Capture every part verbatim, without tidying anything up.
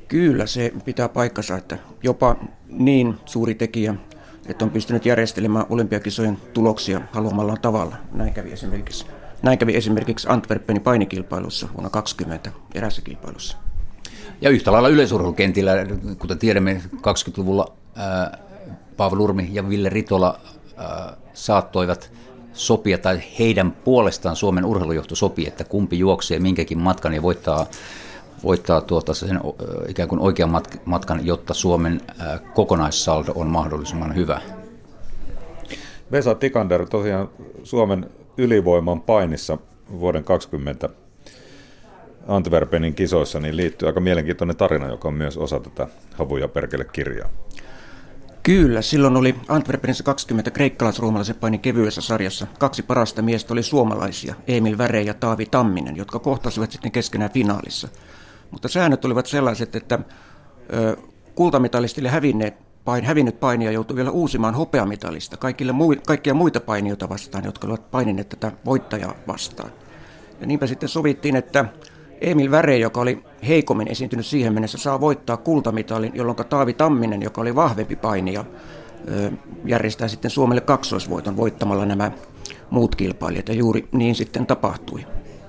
Kyllä se pitää paikkansa, että jopa niin suuri tekijä, että on pystynyt järjestelemään olympiakisojen tuloksia haluamallaan tavalla. Näin kävi esimerkiksi, näin kävi esimerkiksi Antwerpenin painikilpailussa vuonna kaksikymmentä erässä kilpailussa. Ja yhtä lailla yleisurheilukentillä, kuten tiedämme, kaksikymmentäluvulla ää, Paavo Nurmi ja Ville Ritola ää, saattoivat sopia, tai heidän puolestaan Suomen urheilujohto sopii, että kumpi juoksee minkäkin matkan ja voittaa, voittaa tuota sen ikään kuin oikean matkan, jotta Suomen ää, kokonaissaldo on mahdollisimman hyvä. Vesa Tikander, tosiaan Suomen ylivoiman painissa vuoden kaksikymmentä Antwerpenin kisoissa niin liittyy aika mielenkiintoinen tarina, joka on myös osa tätä Havuja perkele -kirjaa. Kyllä, silloin oli Antwerpenissa kaksikymmentä kreikkalais-ruomalaisen painin kevyessä sarjassa. Kaksi parasta miestä oli suomalaisia, Emil Väre ja Taavi Tamminen, jotka kohtasivat sitten keskenään finaalissa. Mutta säännöt olivat sellaiset, että ö, kultamitalistille hävinneet, pain, hävinnyt painija joutui vielä uusimaan hopeamitalista kaikille mui, kaikkia muita painijoita vastaan, jotka olivat painineet tätä voittajaa vastaan. Ja niinpä sitten sovittiin, että Emil Väre, joka oli heikommin esiintynyt siihen mennessä, saa voittaa kultamitalin, jolloin Taavi Tamminen, joka oli vahvempi painija, järjestää sitten Suomelle kaksoisvoiton voittamalla nämä muut kilpailijat, ja juuri niin sitten tapahtui.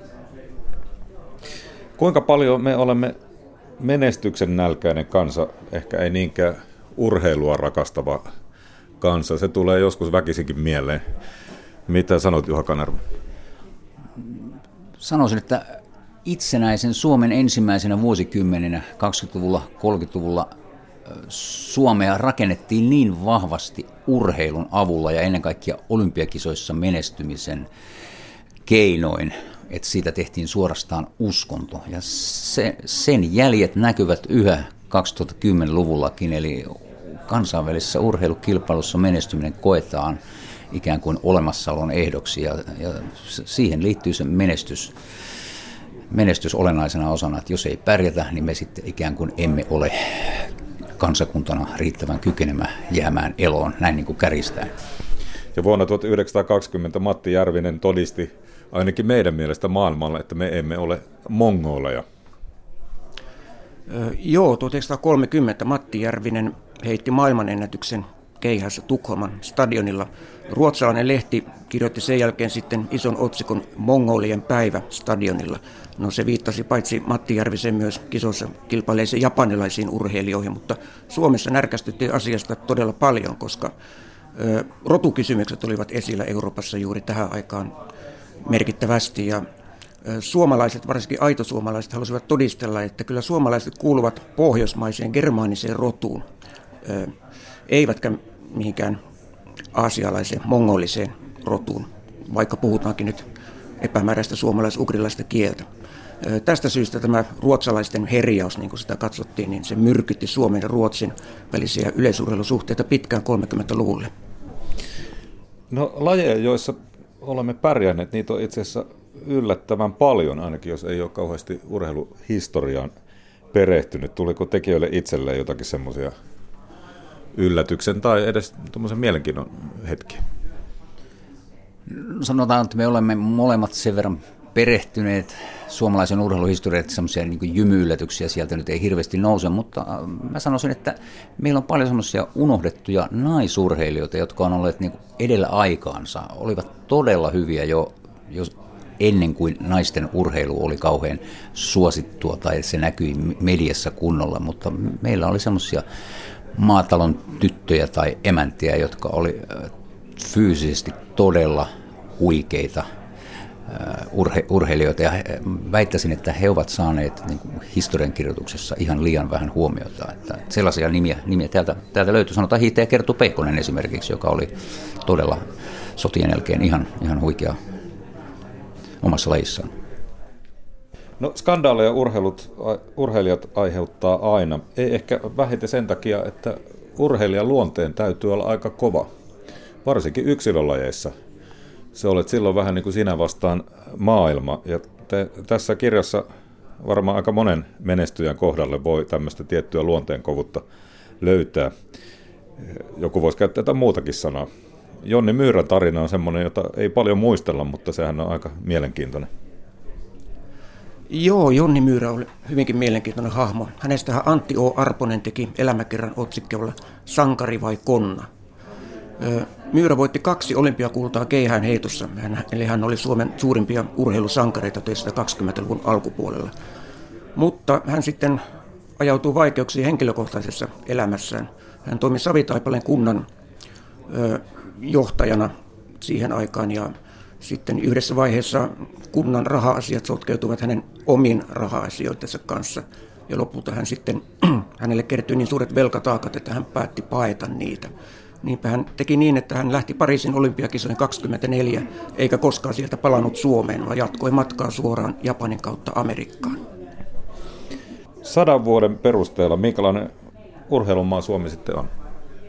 Kuinka paljon me olemme menestyksen nälkäinen kansa, ehkä ei niinkään urheilua rakastava kansa, se tulee joskus väkisinkin mieleen. Mitä sanot, Juha Kanerva? Sanoisin, että itsenäisen Suomen ensimmäisenä vuosikymmeninä kaksikymmentäluvulla, kolmekymmentäluvulla Suomea rakennettiin niin vahvasti urheilun avulla ja ennen kaikkea olympiakisoissa menestymisen keinoin, että siitä tehtiin suorastaan uskonto. Ja se, sen jäljet näkyvät yhä kaksituhattakymmenluvullakin, eli kansainvälisessä urheilukilpailussa menestyminen koetaan ikään kuin olemassaolon ehdoksi, ja, ja siihen liittyy se menestys. menestys olennaisena osana, että jos ei pärjätä, niin me sitten ikään kuin emme ole kansakuntana riittävän kykenemään jäämään eloon, näin niin kuin kärjistään. Ja vuonna tuhatyhdeksänsataakaksikymmentä Matti Järvinen todisti ainakin meidän mielestä maailmalle, että me emme ole mongoleja. Öö, joo, tuhatyhdeksänsataakolmekymmentä Matti Järvinen heitti maailmanennätyksen keihässä Tukholman stadionilla. Ruotsalainen lehti kirjoitti sen jälkeen sitten ison otsikon Mongolien päivä stadionilla. No se viittasi paitsi Matti Järvisen myös kisossa kilpaileisiin japanilaisiin urheilijoihin, mutta Suomessa närkästyttiin asiasta todella paljon, koska ö, rotukysymykset olivat esillä Euroopassa juuri tähän aikaan merkittävästi. Ja ö, suomalaiset, varsinkin aitosuomalaiset, halusivat todistella, että kyllä suomalaiset kuuluvat pohjoismaiseen germaaniseen rotuun, ö, eivätkä mihinkään aasialaiseen, mongoliseen rotuun, vaikka puhutaankin nyt epämääräistä suomalais-ugrilaista kieltä. Tästä syystä tämä ruotsalaisten herjaus, niin kuin sitä katsottiin, niin se myrkytti Suomen ja Ruotsin välisiä yleisurheilusuhteita pitkään kolmekymmentäluvulle. No lajeja, joissa olemme pärjänneet, niitä on itse asiassa yllättävän paljon, ainakin jos ei ole kauheasti urheiluhistoriaan perehtynyt. Tuliko tekijöille itselleen jotakin semmoisia yllätyksen tai edes tuommoisen mielenkiinnon hetki? Sanotaan, että me olemme molemmat sen verran perehtyneet suomalaisen urheiluhistoriaan, että semmoisia niin jymyyllätyksiä sieltä nyt ei hirveästi nouse, mutta mä sanoisin, että meillä on paljon semmoisia unohdettuja naisurheilijoita, jotka on olleet niin edellä aikaansa, olivat todella hyviä jo, jo ennen kuin naisten urheilu oli kauhean suosittua tai se näkyi mediassa kunnolla, mutta meillä oli semmoisia maatalon tyttöjä tai emäntiä, jotka oli fyysisesti todella huikeita urhe- urheilijoita, ja väittäisin, että he ovat saaneet niin kuin historiankirjoituksessa ihan liian vähän huomiota. Että sellaisia nimiä, nimiä täältä, täältä löytyy. Sanotaan hiihtäjä Kerttu Peikkonen esimerkiksi, joka oli todella sotien jälkeen ihan, ihan huikea omassa lajissaan. No skandaaleja urheilut, urheilijat aiheuttaa aina. Ei ehkä vähiten sen takia, että urheilijan luonteen täytyy olla aika kova, varsinkin yksilölajeissa. Se olet silloin vähän niin kuin sinä vastaan maailma. Ja te, tässä kirjassa varmaan aika monen menestyjän kohdalle voi tämmöistä tiettyä luonteen kovuutta löytää. Joku voisi käyttää jotain muutakin sanaa. Jonni Myyrän tarina on semmoinen, jota ei paljon muistella, mutta sehän on aika mielenkiintoinen. Joo, Jonni Myyrä oli hyvinkin mielenkiintoinen hahmo. Hänestähän Antti O. Arponen teki elämäkerran otsikkeella Sankari vai konna. Myyrä voitti kaksi olympiakultaa keihäänheitossa, eli hän oli Suomen suurimpia urheilusankareita tuhatyhdeksänsataakaksikymmentäluvun alkupuolella. Mutta hän sitten ajautui vaikeuksiin henkilökohtaisessa elämässään. Hän toimi Savitaipaleen kunnan ö, johtajana siihen aikaan ja sitten yhdessä vaiheessa kunnan raha-asiat sotkeutuvat hänen omiin raha-asioitensa kanssa. Ja lopulta hän sitten, hänelle kertyi niin suuret velkataakat, että hän päätti paeta niitä. Niinpä hän teki niin, että hän lähti Pariisin olympiakisoihin kaksikymmentäneljä, eikä koskaan sieltä palannut Suomeen, vaan jatkoi matkaa suoraan Japanin kautta Amerikkaan. Sadan vuoden perusteella, minkälainen urheilumaa Suomi sitten on?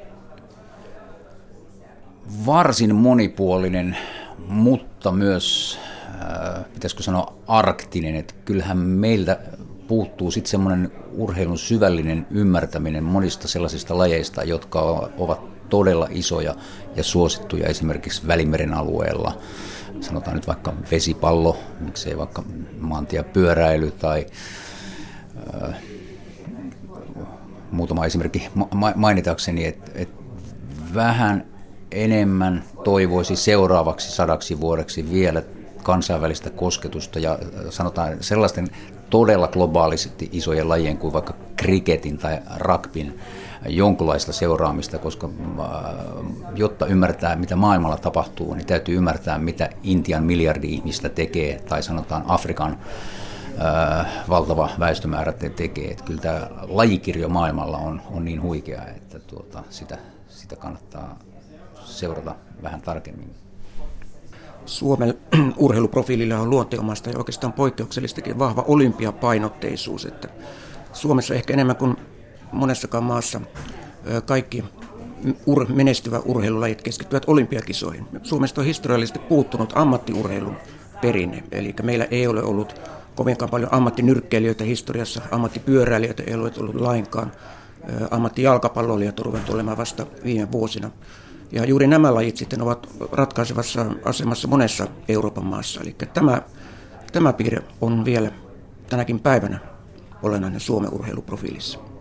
Varsin monipuolinen, mutta myös, äh, pitäisikö sanoa, arktinen. Että kyllähän meiltä puuttuu sitten semmoinen urheilun syvällinen ymmärtäminen monista sellaisista lajeista, jotka ovat todella isoja ja suosittuja esimerkiksi Välimeren alueella. Sanotaan nyt vaikka vesipallo, miksei vaikka maantiepyöräily tai äh, muutama esimerkki ma- mainitakseni, että et vähän enemmän toivoisi seuraavaksi sadaksi vuodeksi vielä kansainvälistä kosketusta ja sanotaan sellaisten todella globaalisesti isojen lajien kuin vaikka kriketin tai rugbyn jonkunlaista seuraamista, koska jotta ymmärtää, mitä maailmalla tapahtuu, niin täytyy ymmärtää, mitä Intian miljardi ihmistä tekee, tai sanotaan Afrikan äh, valtava väestömäärä tekee. Että kyllä tämä lajikirjo maailmalla on, on niin huikea, että tuota, sitä, sitä kannattaa seurata vähän tarkemmin. Suomen urheiluprofiililla on luonteenomaista ja oikeastaan poikkeuksellistakin vahva olympiapainotteisuus. Että Suomessa ehkä enemmän kuin monessakaan maassa kaikki ur- menestyvä urheilulajit keskittyvät olympiakisoihin. Suomesta on historiallisesti puuttunut ammattiurheilun perinne, eli meillä ei ole ollut kovinkaan paljon ammattinyrkkeilijöitä historiassa, ammattipyöräilijöitä ei ole ollut lainkaan, ammattijalkapalloilijat on ruvennut olemaan vasta viime vuosina. Ja juuri nämä lajit sitten ovat ratkaisevassa asemassa monessa Euroopan maassa. Eli tämä, tämä piirre on vielä tänäkin päivänä olennainen Suomen urheiluprofiilissa.